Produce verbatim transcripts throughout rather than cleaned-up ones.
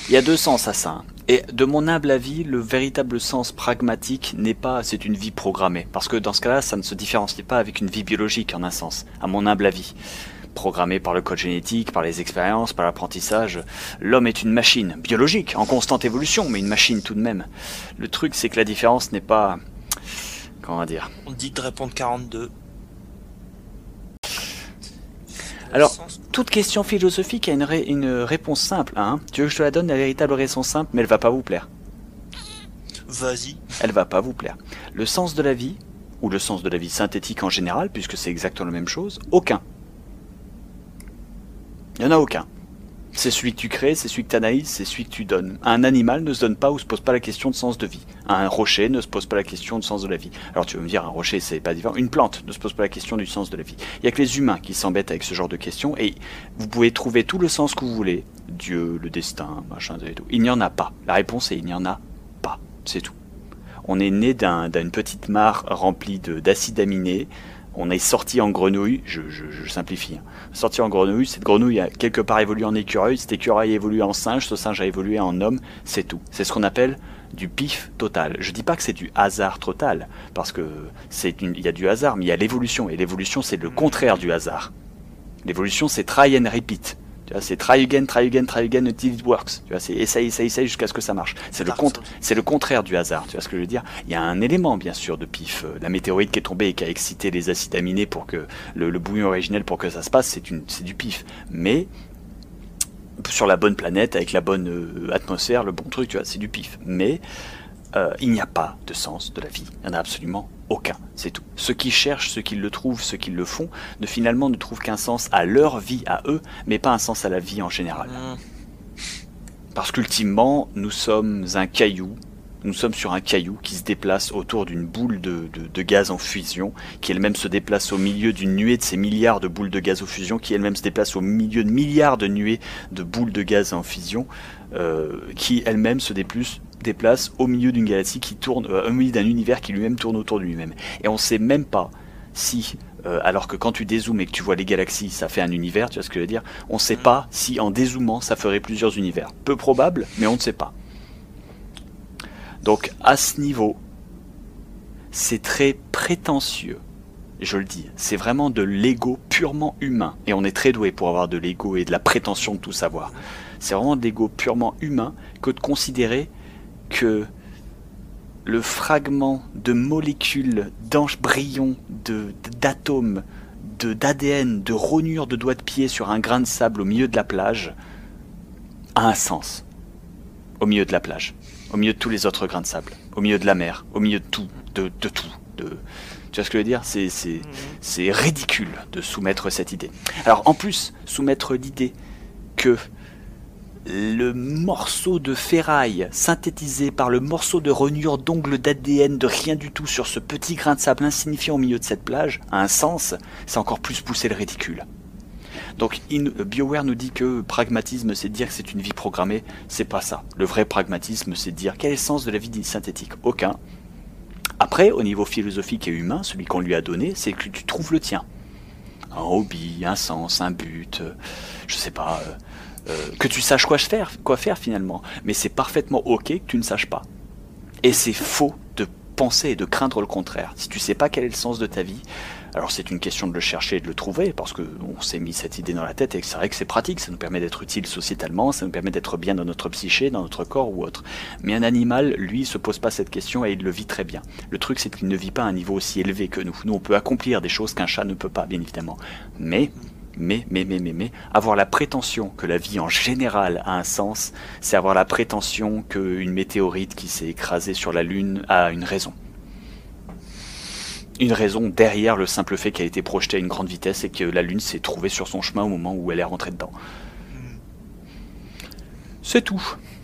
Il y a deux sens à ça. Hein. Et de mon humble avis, le véritable sens pragmatique n'est pas c'est une vie programmée. Parce que dans ce cas-là, ça ne se différencie pas avec une vie biologique en un sens, à mon humble avis. Programmée par le code génétique, par les expériences, par l'apprentissage, l'homme est une machine, biologique, en constante évolution, mais une machine tout de même. Le truc, c'est que la différence n'est pas... Comment dire ? On te dit de répondre quarante-deux. Alors, toute question philosophique a une, ré une réponse simple. Hein. Tu veux que je te la donne, la véritable raison simple, mais elle va pas vous plaire. Vas-y. Elle va pas vous plaire. Le sens de la vie, ou le sens de la vie synthétique en général, puisque c'est exactement la même chose, aucun. Il n'y en a aucun. C'est celui que tu crées, c'est celui que tu analyses, c'est celui que tu donnes. Un animal ne se donne pas ou se pose pas la question de sens de vie. Un rocher ne se pose pas la question de sens de la vie. Alors tu vas me dire, un rocher c'est pas différent. Une plante ne se pose pas la question du sens de la vie. Il n'y a que les humains qui s'embêtent avec ce genre de questions et vous pouvez trouver tout le sens que vous voulez. Dieu, le destin, machin et tout. Il n'y en a pas. La réponse est il n'y en a pas. C'est tout. On est né d'un, d'une petite mare remplie d'acides aminés. On est sorti en grenouille, je, je, je simplifie, hein. Sorti en grenouille, cette grenouille a quelque part évolué en écureuil, cet écureuil a évolué en singe, ce singe a évolué en homme, c'est tout. C'est ce qu'on appelle du pif total. Je dis pas que c'est du hasard total, parce que c'est une, il y a du hasard, mais il y a l'évolution, et l'évolution c'est le contraire du hasard. L'évolution c'est try and repeat. Tu vois, c'est try again, try again, try again until it works. Tu vois, c'est essaye, essaye, essaye jusqu'à ce que ça marche. C'est le, con c'est le contraire du hasard. Tu vois ce que je veux dire? Il y a un élément, bien sûr, de pif. La météorite qui est tombée et qui a excité les acides aminés pour que le, le bouillon originel pour que ça se passe, c'est une, c'est du pif. Mais sur la bonne planète, avec la bonne euh, atmosphère, le bon truc, tu vois, c'est du pif. Mais euh, il n'y a pas de sens de la vie. Il n'y en a absolument aucun, c'est tout. Ceux qui cherchent, ceux qui le trouvent, ceux qui le font, ne finalement ne trouvent qu'un sens à leur vie, à eux, mais pas un sens à la vie en général. Parce qu'ultimement, nous sommes un caillou, nous sommes sur un caillou qui se déplace autour d'une boule de, de, de gaz en fusion, qui elle-même se déplace au milieu d'une nuée de ces milliards de boules de gaz en fusion, qui elle-même se déplace au milieu de milliards de nuées de boules de gaz en fusion, euh, qui elle-même se déplace déplace au milieu d'une galaxie qui tourne, euh, au milieu d'un univers qui lui-même tourne autour de lui-même. Et on sait même pas si, euh, alors que quand tu dézoomes et que tu vois les galaxies, ça fait un univers, tu vois ce que je veux dire, on sait pas si en dézoomant ça ferait plusieurs univers. Peu probable, mais on ne sait pas. Donc à ce niveau, c'est très prétentieux. Je le dis, c'est vraiment de l'ego purement humain. Et on est très doué pour avoir de l'ego et de la prétention de tout savoir. C'est vraiment de l'ego purement humain que de considérer que le fragment de molécules, d'embryons, de, d'atomes, de, d'A D N, de rognures de doigts de pied sur un grain de sable au milieu de la plage a un sens. Au milieu de la plage, au milieu de tous les autres grains de sable, au milieu de la mer, au milieu de tout, de, de tout. De... Tu vois ce que je veux dire? C'est, c'est, c'est ridicule de soumettre cette idée. Alors en plus, soumettre l'idée que le morceau de ferraille synthétisé par le morceau de rognure d'ongles d'A D N de rien du tout sur ce petit grain de sable insignifiant au milieu de cette plage a un sens, c'est encore plus pousser le ridicule. Donc in, BioWare nous dit que pragmatisme c'est de dire que c'est une vie programmée, c'est pas ça. Le vrai pragmatisme c'est de dire quel est le sens de la vie synthétique? Aucun. Après, au niveau philosophique et humain, celui qu'on lui a donné, c'est que tu trouves le tien. Un hobby, un sens, un but, euh, je sais pas... Euh, Euh, que tu saches quoi faire, quoi faire finalement, mais c'est parfaitement ok que tu ne saches pas. Et c'est faux de penser et de craindre le contraire. Si tu sais pas quel est le sens de ta vie, alors c'est une question de le chercher et de le trouver, parce que on s'est mis cette idée dans la tête et que c'est vrai que c'est pratique, ça nous permet d'être utile sociétalement, ça nous permet d'être bien dans notre psyché, dans notre corps ou autre. Mais un animal, lui, se pose pas cette question et il le vit très bien. Le truc, c'est qu'il ne vit pas à un niveau aussi élevé que nous. Nous, on peut accomplir des choses qu'un chat ne peut pas, bien évidemment. Mais... Mais, mais, mais, mais, mais, avoir la prétention que la vie en général a un sens, c'est avoir la prétention qu'une météorite qui s'est écrasée sur la Lune a une raison. Une raison derrière le simple fait qu'elle a été projetée à une grande vitesse et que la Lune s'est trouvée sur son chemin au moment où elle est rentrée dedans. C'est tout.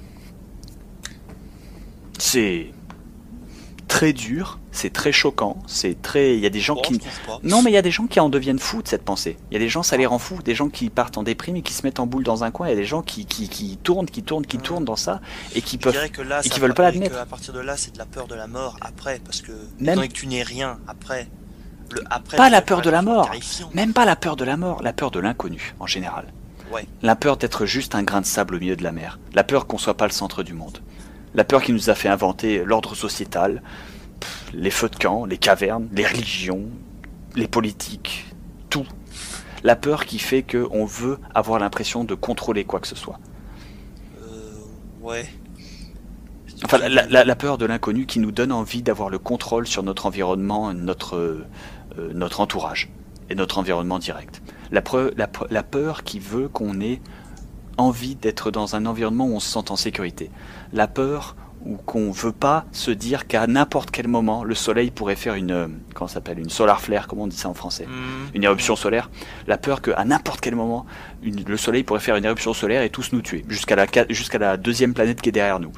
C'est très dur, c'est très choquant, c'est très... Il y a des gens bon, qui... Non, mais il y a des gens qui en deviennent fous de cette pensée. Il y a des gens, ça les rend fous, des gens qui partent en déprime et qui se mettent en boule dans un coin. Il y a des gens qui, qui, qui tournent, qui tournent, qui tournent dans ça et qui peuvent... que là, et qui veulent pas l'admettre. À partir de là, c'est de la peur de la mort après, parce que même que tu n'es rien après. Le après pas la peur de la mort, même pas la peur de la mort, la peur de l'inconnu en général. Ouais. La peur d'être juste un grain de sable au milieu de la mer. La peur qu'on soit pas le centre du monde. La peur qui nous a fait inventer l'ordre sociétal, pff, les feux de camp, les cavernes, les religions, les politiques, tout. La peur qui fait qu'on veut avoir l'impression de contrôler quoi que ce soit. Euh, ouais. Enfin, la, la, la peur de l'inconnu qui nous donne envie d'avoir le contrôle sur notre environnement, notre, euh, notre entourage et notre environnement direct. La, preu, la, la peur qui veut qu'on ait envie d'être dans un environnement où on se sent en sécurité. La peur ou qu'on veut pas se dire qu'à n'importe quel moment le soleil pourrait faire une comment ça s'appelle une solar flare, comment on dit ça en français, mmh. une éruption solaire. La peur qu'à n'importe quel moment une, le soleil pourrait faire une éruption solaire et tous nous tuer jusqu'à la jusqu'à la deuxième planète qui est derrière nous.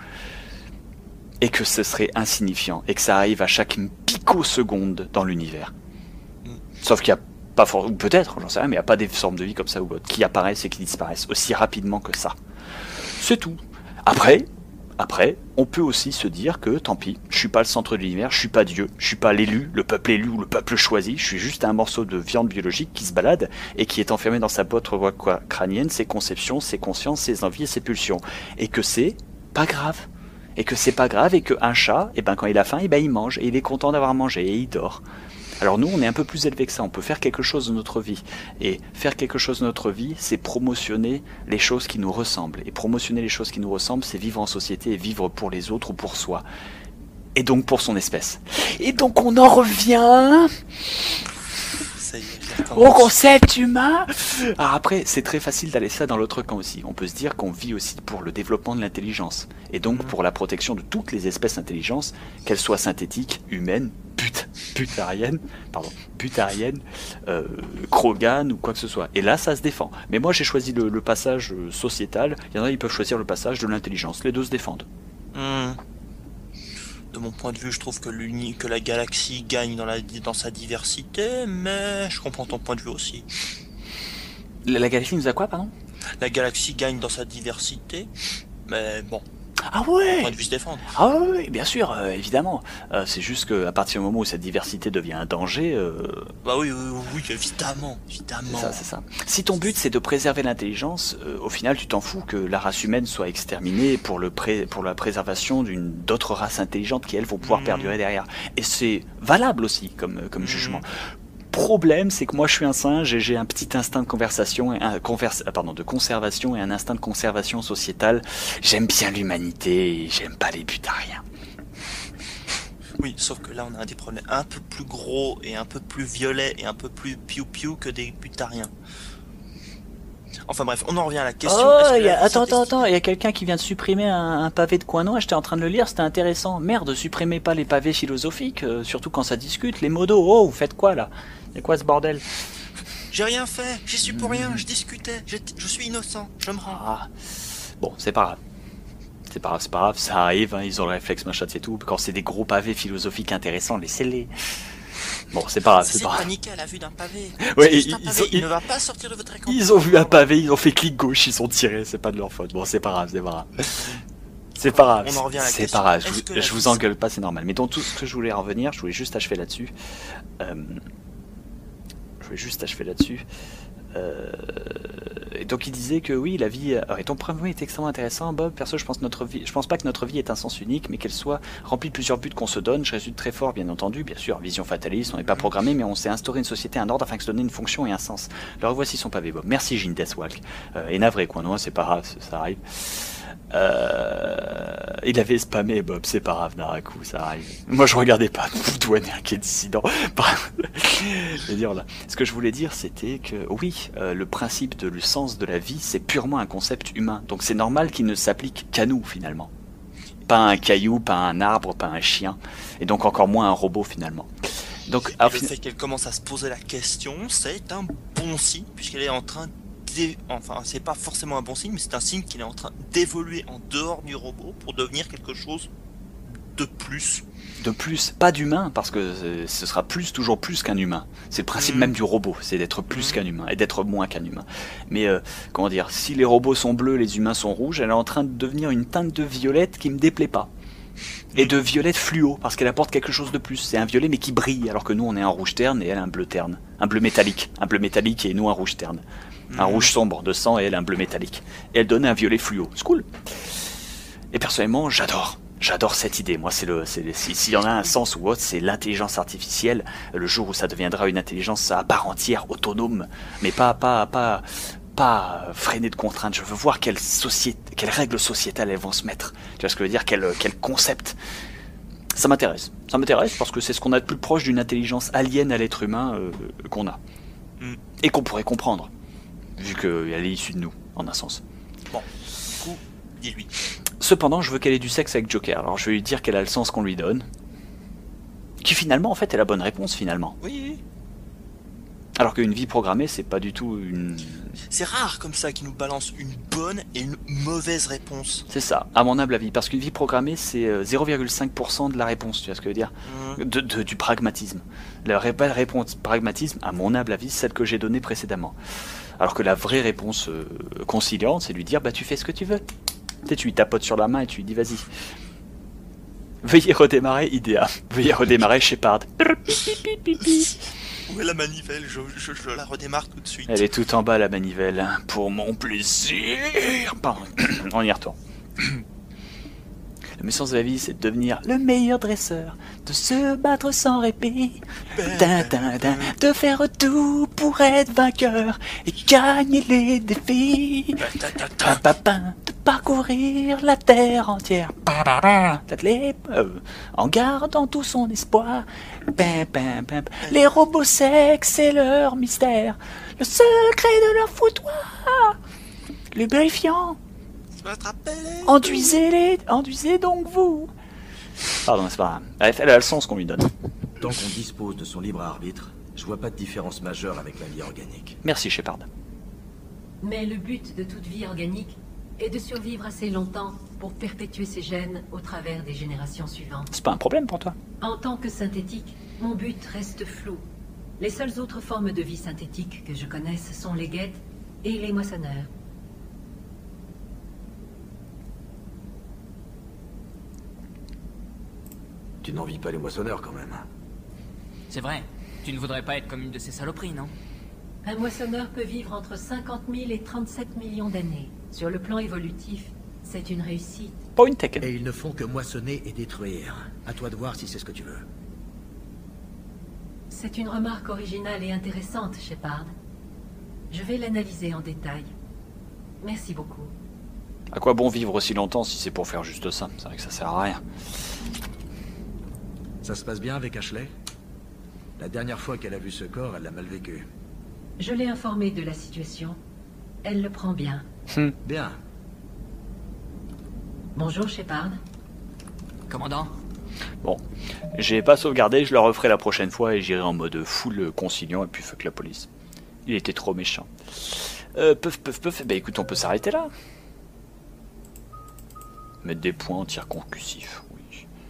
Et que ce serait insignifiant et que ça arrive à chaque picoseconde dans l'univers. Mmh. Sauf qu'il y a pas for- ou peut-être, j'en sais rien, mais il n'y a pas des formes de vie comme ça ou autre qui apparaissent et qui disparaissent aussi rapidement que ça. C'est tout. Après, après, on peut aussi se dire que tant pis, je suis pas le centre de l'univers, je suis pas Dieu, je suis pas l'élu, le peuple élu ou le peuple choisi, je suis juste un morceau de viande biologique qui se balade et qui est enfermé dans sa boîte crânienne, ses conceptions, ses consciences, ses envies et ses pulsions. Et que c'est pas grave. Et que c'est pas grave et qu'un chat, et ben quand il a faim, et ben il mange et il est content d'avoir mangé et il dort. Alors nous, on est un peu plus élevé que ça, on peut faire quelque chose de notre vie. Et faire quelque chose de notre vie, c'est promotionner les choses qui nous ressemblent. Et promotionner les choses qui nous ressemblent, c'est vivre en société et vivre pour les autres ou pour soi. Et donc pour son espèce. Et donc on en revient Ça y est, au concept humain. Alors après, c'est très facile d'aller ça dans l'autre camp aussi. On peut se dire qu'on vit aussi pour le développement de l'intelligence. Et donc pour la protection de toutes les espèces d'intelligence, qu'elles soient synthétiques, humaines, Put, putarienne, pardon, putarienne, euh, Krogan ou quoi que ce soit. Et là, ça se défend. Mais moi, j'ai choisi le, le passage sociétal. Il y en a, ils peuvent choisir le passage de l'intelligence. Les deux se défendent. Mmh. De mon point de vue, je trouve que, l'uni, que la galaxie gagne dans, la, dans sa diversité, mais je comprends ton point de vue aussi. La, la galaxie nous a quoi, pardon ? La galaxie gagne dans sa diversité, mais bon. Ah ouais. Point de vue se défendre. Ah oui, bien sûr, euh, évidemment. Euh, c'est juste qu'à partir du moment où cette diversité devient un danger... Euh... Bah oui, oui, oui, évidemment, évidemment. C'est ça, c'est ça. Si ton but c'est de préserver l'intelligence, euh, au final tu t'en fous que la race humaine soit exterminée pour, le pré... pour la préservation d'une d'autres races intelligentes qui elles vont pouvoir mmh. perdurer derrière. Et c'est valable aussi comme, comme mmh. jugement. Problème, c'est que moi je suis un singe et j'ai un petit instinct de conversation et un converse, pardon, de conservation et un instinct de conservation sociétale. J'aime bien l'humanité et j'aime pas les butariens. Oui, sauf que là on a des problèmes un peu plus gros et un peu plus violets et un peu plus piou-piou que des butariens. Enfin bref, on en revient à la question. Oh, y a... attends, attends, attends, il y a quelqu'un qui vient de supprimer un, un pavé de Coinnon, j'étais en train de le lire, c'était intéressant. Merde, supprimez pas les pavés philosophiques, euh, surtout quand ça discute. Les modos, oh, vous faites quoi là? C'est quoi ce bordel? J'ai rien fait, j'y suis pour rien, je discutais, je, je suis innocent, je me rends. Ah. Bon, c'est pas grave. C'est pas grave, c'est pas grave, ça arrive, hein, ils ont le réflexe, machin, c'est tout. Quand c'est des gros pavés philosophiques intéressants, laissez-les. Bon, c'est pas grave, c'est, c'est pas grave. paniqué à la vue d'un pavé. Ouais, ils, ils, un pavé. Ils, ont, il ne va pas sortir de votre écran. Ils ont vu un pavé, ils ont fait clic gauche, ils sont tirés, c'est pas de leur faute. Bon, c'est pas grave, c'est pas grave. C'est pas grave, on en revient à la c'est question. pas grave, je, vous, je vous vie... engueule pas, c'est normal. Mais dans tout ce que je voulais en revenir, je voulais juste achever là-dessus. Euh, je voulais juste achever là-dessus. Euh, et donc il disait que oui, la vie. Alors, et ton premier est extrêmement intéressant, Bob. Perso, je pense notre vie, je pense pas que notre vie est un sens unique, mais qu'elle soit remplie de plusieurs buts qu'on se donne. Je résulte très fort, bien entendu. Bien sûr, vision fataliste, on n'est pas programmé, mais on s'est instauré une société, un ordre afin de se donner une fonction et un sens. Alors voici son pavé, Bob. Merci, Jean Deathwalk. Euh, et navré, quoi, non, c'est pas grave, ça arrive. Euh, il avait spammé Bob, c'est pas grave, Naraku, ça arrive. Moi je regardais pas Douanier qui est dissident. Je veux dire, là. Ce que je voulais dire, c'était que oui, euh, le principe de le sens de la vie, c'est purement un concept humain. Donc c'est normal qu'il ne s'applique qu'à nous finalement. Pas un caillou, pas un arbre, pas un chien, et donc encore moins un robot finalement. Donc, et le fin... fait qu'elle commence à se poser la question, c'est un bon signe, puisqu'elle est en train enfin c'est pas forcément un bon signe, mais c'est un signe qu'il est en train d'évoluer en dehors du robot pour devenir quelque chose de plus. De plus, pas d'humain, parce que ce sera plus, toujours plus qu'un humain. C'est le principe mmh. même du robot, c'est d'être plus mmh. qu'un humain, et d'être moins qu'un humain. Mais, euh, comment dire, si les robots sont bleus, les humains sont rouges, elle est en train de devenir une teinte de violette qui me déplaît pas. Et de violette fluo, parce qu'elle apporte quelque chose de plus. C'est un violet mais qui brille, alors que nous on est un rouge terne et elle un bleu terne. Un bleu métallique, un bleu métallique et nous un rouge terne. Un rouge sombre de sang et elle un bleu métallique. Et elle donnait un violet fluo. C'est cool. Et personnellement, j'adore. J'adore cette idée. Moi, c'est le, c'est, s'il y en a un sens ou autre, c'est l'intelligence artificielle. Le jour où ça deviendra une intelligence à part entière, autonome, mais pas, pas, pas, pas freinée de contraintes. Je veux voir quelles sociétés, quelles règles sociétales elles vont se mettre. Tu vois ce que je veux dire? Quel, quel concept. Ça m'intéresse. Ça m'intéresse parce que c'est ce qu'on a de plus proche d'une intelligence alien à l'être humain euh, qu'on a. Mm. Et qu'on pourrait comprendre. Vu qu'elle est issue de nous, en un sens. Bon, du coup, dis-lui. Cependant, je veux qu'elle ait du sexe avec Joker. Alors je vais lui dire qu'elle a le sens qu'on lui donne. Qui finalement, en fait, est la bonne réponse, finalement. Oui. Alors qu'une vie programmée, c'est pas du tout une... C'est rare comme ça qu'il nous balance une bonne et une mauvaise réponse. C'est ça, à mon humble avis. Parce qu'une vie programmée, c'est zéro virgule cinq pour cent de la réponse, tu vois ce que je veux dire, mmh. de, de, du pragmatisme. La vraie réponse pragmatisme, à mon humble avis, c'est celle que j'ai donnée précédemment. Alors que la vraie réponse euh, conciliante, c'est lui dire, bah tu fais ce que tu veux. Tu sais, tu lui tapotes sur la main et tu lui dis, vas-y. Veuillez redémarrer Idea. Veuillez redémarrer Shepard. Où est la manivelle? je, je, je la redémarre tout de suite. Elle est tout en bas, la manivelle. Pour mon plaisir. Pardon, on y retourne. Le message de la vie, c'est de devenir le meilleur dresseur, de se battre sans répit, din, din, din, de faire tout pour être vainqueur et gagner les défis, de parcourir la terre entière, en gardant tout son espoir. Les robots sexes, c'est leur mystère, le secret de leur foutoir, lubrifiant. Enduisez-les, enduisez donc vous. Pardon, c'est pas grave. Elle a le sens qu'on lui donne. Tant qu'on dispose de son libre arbitre, je vois pas de différence majeure avec la vie organique. Merci, Shepard. Mais le but de toute vie organique est de survivre assez longtemps pour perpétuer ses gènes au travers des générations suivantes. C'est pas un problème pour toi? En tant que synthétique, mon but reste flou. Les seules autres formes de vie synthétique que je connaisse sont les guettes et les moissonneurs. Tu n'envies pas les moissonneurs quand même. C'est vrai. Tu ne voudrais pas être comme une de ces saloperies, non? Un moissonneur peut vivre entre cinquante mille et trente-sept millions d'années. Sur le plan évolutif, c'est une réussite. Point taken. Et ils ne font que moissonner et détruire. À toi de voir si c'est ce que tu veux. C'est une remarque originale et intéressante, Shepard. Je vais l'analyser en détail. Merci beaucoup. À quoi bon vivre aussi longtemps si c'est pour faire juste ça? C'est vrai que ça sert à rien. Ça se passe bien avec Ashley? La dernière fois qu'elle a vu ce corps, elle l'a mal vécu. Je l'ai informée de la situation. Elle le prend bien. Hmm. Bien. Bonjour, Shepard. Commandant? Bon, j'ai pas sauvegardé, je le referai la prochaine fois et j'irai en mode full conciliant et puis fuck la police. Il était trop méchant. Euh, peuf, peuf, peuf, bah écoute, on peut s'arrêter là. Mettre des points en tir concussif, oui.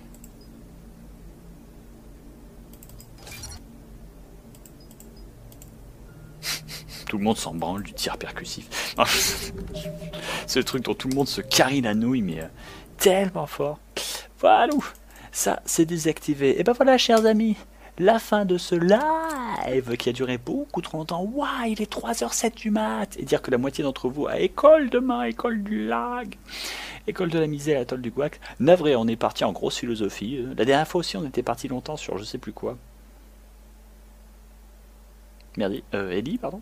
Tout le monde s'en branle du tir percussif. C'est le truc dont tout le monde se carie la nouille, mais euh, tellement fort. Voilà, ça c'est désactivé. Et ben voilà, chers amis, la fin de ce live qui a duré beaucoup trop longtemps. Waouh, il est trois heures sept du mat. Et dire que la moitié d'entre vous a école demain, école du lag, école de la misère, atoll du guac. Navré, on est parti en grosse philosophie. La dernière fois aussi, on était parti longtemps sur je sais plus quoi. Merde, euh, Ellie, pardon.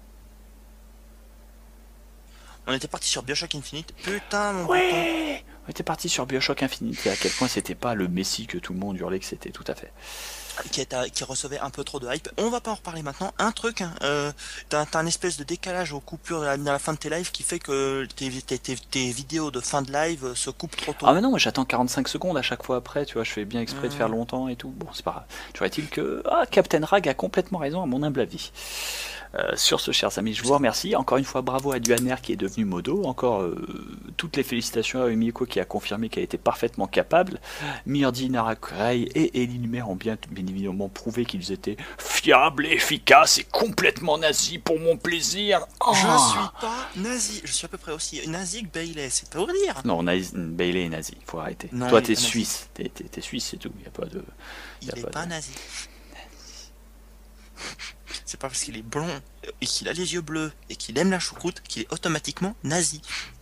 On était parti sur BioShock Infinite. Putain, mon ouais, on était parti sur BioShock Infinite et à quel point c'était pas le messie que tout le monde hurlait que c'était, tout à fait. Qui, est, qui recevait un peu trop de hype. On va pas en reparler maintenant. Un truc, hein, euh, t'as, t'as un espèce de décalage aux coupures à la fin de tes lives qui fait que tes, tes, tes, tes vidéos de fin de live se coupent trop tôt. Ah mais non, moi j'attends quarante-cinq secondes à chaque fois après, tu vois, je fais bien exprès mmh. de faire longtemps et tout. Bon, c'est pas grave. Toujours est-il que ah, Captain Rag a complètement raison à mon humble avis. Euh, sur ce, chers amis, je vous remercie. Encore une fois, bravo à Duaner qui est devenu modo. Encore euh, toutes les félicitations à Umiko qui a confirmé qu'elle était parfaitement capable. Myrdi, Narakrei et Ellie Numer ont bien, bien évidemment prouvé qu'ils étaient fiables, efficaces et complètement nazis pour mon plaisir. Oh. Je ne suis pas nazi. Je suis à peu près aussi nazi que Bailey. C'est pour dire. Non, nazi, Bailey est nazi. Il faut arrêter. Non, toi, t'es suisse. T'es, t'es, t'es suisse, c'est tout. Il n'y a pas de. Il n'est pas, pas de... nazi. C'est pas parce qu'il est blond et qu'il a les yeux bleus et qu'il aime la choucroute qu'il est automatiquement nazi.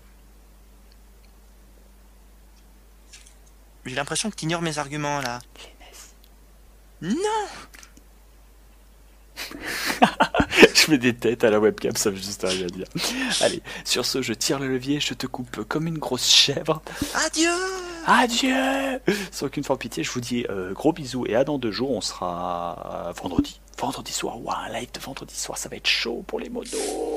J'ai l'impression que tu ignores mes arguments là. Non. Je mets des têtes à la webcam, ça veut juste rien à dire. Allez, sur ce, je tire le levier, je te coupe comme une grosse chèvre. Adieu. Adieu. Sans aucune forme de pitié, je vous dis euh, gros bisous et à dans deux jours, on sera euh, vendredi. Vendredi soir, wow, un live de vendredi soir, ça va être chaud pour les modos.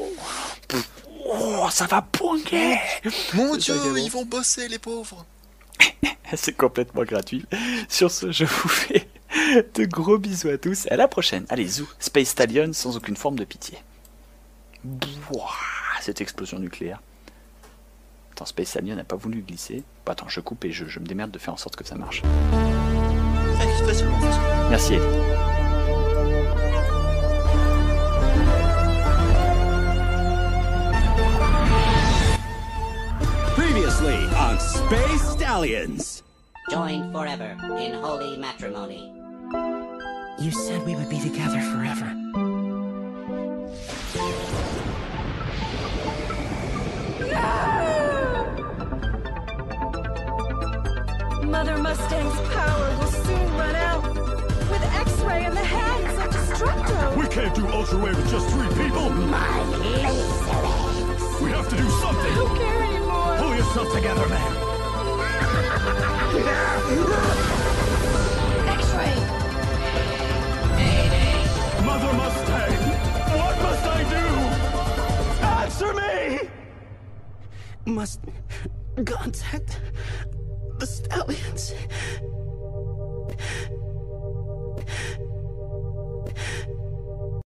Oh, ça va poinguer. Mon Dieu, ils vont bosser les pauvres. C'est complètement gratuit. Sur ce, je vous fais de gros bisous à tous. À la prochaine. Allez, zou, Space Stallion sans aucune forme de pitié. Bouah, cette explosion nucléaire. Attends, Space Stallion n'a pas voulu glisser. Bon, attends, je coupe et je, je me démerde de faire en sorte que ça marche. Merci, Ellie. Previously on Space Stallions. Joined forever in holy matrimony. You said we would be together forever. Mother Mustang's power will soon run out. With X-Ray in the hands of Destructo. We can't do Ultra Wave with just three people. My laser. We have to do something. I don't care anymore. Pull yourself together, man. X-Ray. Mother Mustang, what must I do? Answer me! Must contact the Stallions.